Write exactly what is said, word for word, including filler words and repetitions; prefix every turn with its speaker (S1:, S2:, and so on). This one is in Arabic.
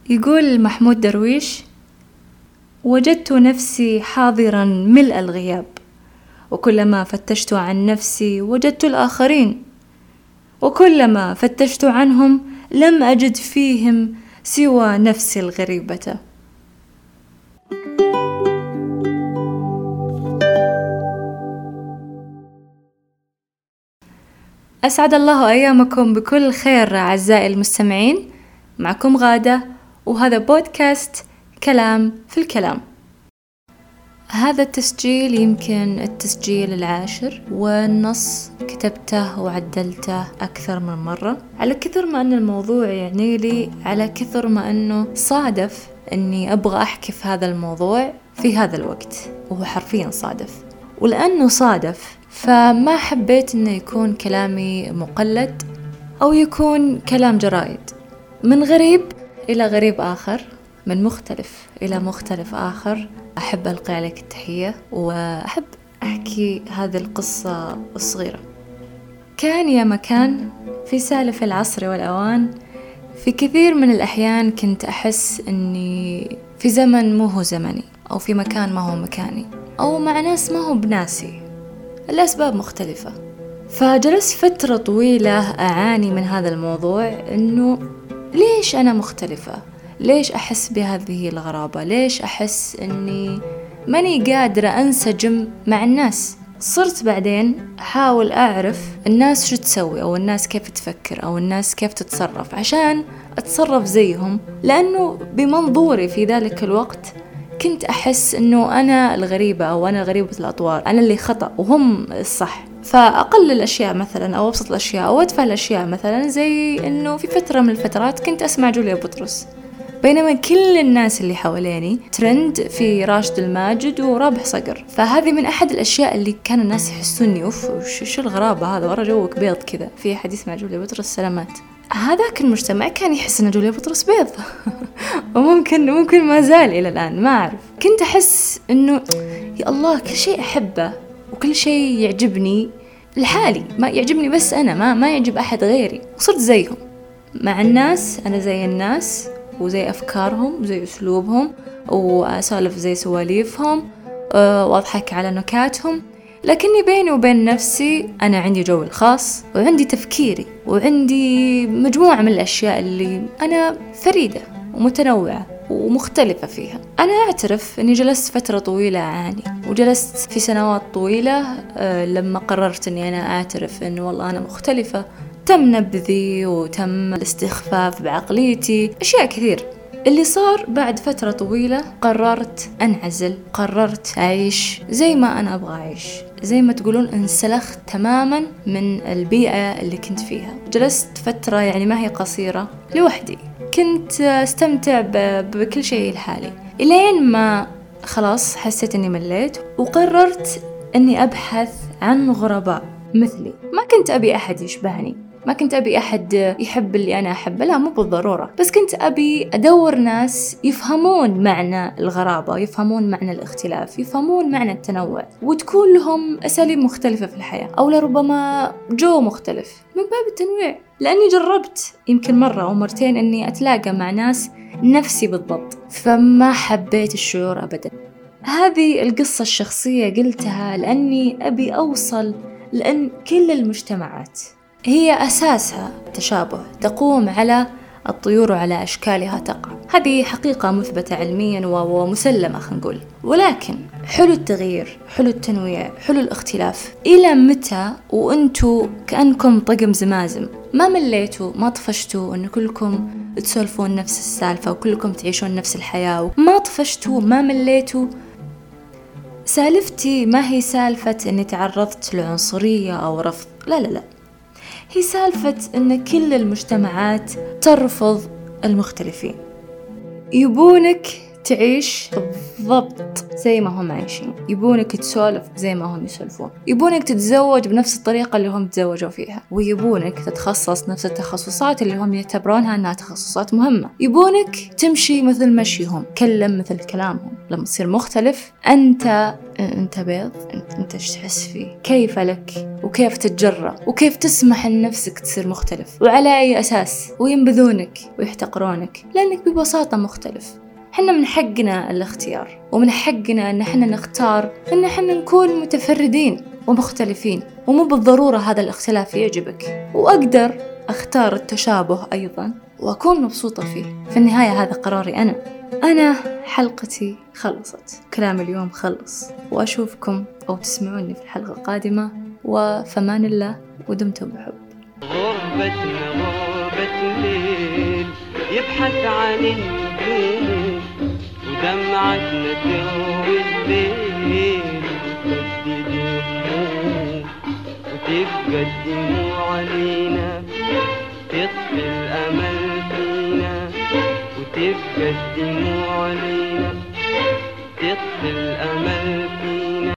S1: يقول محمود درويش: وجدت نفسي حاضرا ملء الغياب، وكلما فتشت عن نفسي وجدت الآخرين، وكلما فتشت عنهم لم أجد فيهم سوى نفسي الغريبة. أسعد الله أيامكم بكل خير أعزائي المستمعين، معكم غادة، وهذا بودكاست كلام في الكلام. هذا التسجيل يمكن التسجيل العاشر، والنص كتبته وعدلته أكثر من مرة، على كثر ما أن الموضوع يعني لي، على كثر ما أنه صادف أني أبغى أحكي في هذا الموضوع في هذا الوقت، وهو حرفيا صادف. ولأنه صادف فما حبيت أنه يكون كلامي مقلد أو يكون كلام جرائد. من غريب إلى غريب آخر، من مختلف إلى مختلف آخر، أحب ألقي عليك التحية وأحب أحكي هذه القصة الصغيرة. كان يا مكان في سالف العصر والأوان، في كثير من الأحيان كنت أحس أني في زمن مو هو زمني، أو في مكان ما هو مكاني، أو مع ناس ما هو بناسي، الأسباب مختلفة. فجلست فترة طويلة أعاني من هذا الموضوع، أنه ليش أنا مختلفة؟ ليش أحس بهذه الغرابة؟ ليش أحس أني ماني قادرة أنسجم مع الناس؟ صرت بعدين أحاول أعرف الناس شو تسوي، أو الناس كيف تفكر، أو الناس كيف تتصرف، عشان أتصرف زيهم. لأنه بمنظوري في ذلك الوقت كنت أحس أنه أنا الغريبة، أو أنا غريبة الأطوار، أنا اللي خطأ وهم الصح. فأقل الأشياء مثلا، أو أبسط الأشياء، أو أتفه الأشياء مثلا، زي أنه في فترة من الفترات كنت أسمع جوليا بطرس، بينما كل الناس اللي حواليني ترند في راشد الماجد ورابح صقر. فهذه من أحد الأشياء اللي كان الناس يحسوني أوف شو الغرابة هذا، ورا جوك بيض كذا، في أحد يسمع جوليا بطرس، سلامات. هذاك المجتمع كان يحس أن جوليا بطرس بيض وممكن ممكن ما زال إلى الآن، ما أعرف. كنت أحس أنه يا الله كل شيء أحبه وكل شيء يعجبني لحالي، ما يعجبني بس أنا، ما ما يعجب أحد غيري. وصرت زيهم مع الناس، أنا زي الناس وزي أفكارهم وزي أسلوبهم، وأسولف زي سواليفهم، وأضحك على نكاتهم. لكني بيني وبين نفسي أنا عندي جوي الخاص، وعندي تفكيري، وعندي مجموعة من الأشياء اللي أنا فريدة ومتنوعة ومختلفة فيها. أنا أعترف أني جلست فترة طويلة أعاني، وجلست في سنوات طويلة لما قررت أني أنا أعترف أنه والله أنا مختلفة. تم نبذي وتم الاستخفاف بعقليتي، أشياء كثير. اللي صار بعد فترة طويلة قررت أنعزل، قررت أعيش زي ما أنا أبغى أعيش، زي ما تقولون انسلخت تماما من البيئة اللي كنت فيها. جلست فترة يعني ما هي قصيرة لوحدي، كنت استمتع بكل شيء لحالي، إلين ما خلاص حسيت أني مليت، وقررت أني أبحث عن غرباء مثلي. ما كنت أبي أحد يشبهني، ما كنت أبي أحد يحب اللي أنا أحبه، لا مو بالضرورة، بس كنت أبي أدور ناس يفهمون معنى الغرابة، يفهمون معنى الاختلاف، يفهمون معنى التنوع، وتكون لهم أساليب مختلفة في الحياة، أو لربما جو مختلف من باب التنويع. لأني جربت يمكن مرة أو مرتين أني أتلاقى مع ناس نفسي بالضبط، فما حبيت الشعور أبدا. هذه القصة الشخصية قلتها لأني أبي أوصل، لأن كل المجتمعات هي أساسها تشابه، تقوم على الطيور وعلى أشكالها تقع. هذه حقيقة مثبتة علميا ومسلمة خلينا نقول. ولكن حلو التغيير، حلو التنويع، حلو الاختلاف. إلى متى وأنتوا كأنكم طقم زمازم؟ ما مليتوا؟ ما طفشتوا أن كلكم تسولفون نفس السالفة وكلكم تعيشون نفس الحياة؟ ما طفشتوا؟ ما مليتوا؟ سالفتي ما هي سالفة أني تعرضت لعنصرية أو رفض، لا لا لا، هي سالفة أن كل المجتمعات ترفض المختلفين، يبونك تعيش بالضبط زي ما هم عايشين، يبونك تسولف زي ما هم يسولفون، يبونك تتزوج بنفس الطريقة اللي هم تزوجوا فيها، ويبونك تتخصص نفس التخصصات اللي هم يعتبرونها أنها تخصصات مهمة، يبونك تمشي مثل مشيهم، تكلم مثل كلامهم. لما تصير مختلف أنت أنت بيض؟ أنت إيش تحس فيه؟ كيف لك؟ وكيف تتجرأ؟ وكيف تسمح لنفسك تصير مختلف؟ وعلى أي أساس؟ وينبذونك ويحتقرونك لأنك ببساطة مختلف. حنا من حقنا الاختيار، ومن حقنا أن حنا نختار أن حنا نكون متفردين ومختلفين، ومو بالضرورة هذا الاختلاف يعجبك، وأقدر أختار التشابه أيضا وأكون مبسوطة فيه. في النهاية هذا قراري أنا. أنا حلقتي خلصت، كلام اليوم خلص، وأشوفكم أو تسمعوني في الحلقة القادمة، وفمان الله ودمتم بحب.
S2: غربتنا غربة الليل يبحث عن النجوم، ودمعتنا تروي الليل وتجدد الهموم، وتبقى الدموع علينا تطفي الأمل فينا، وتبقى الدموع علينا تطفي الأمل فينا.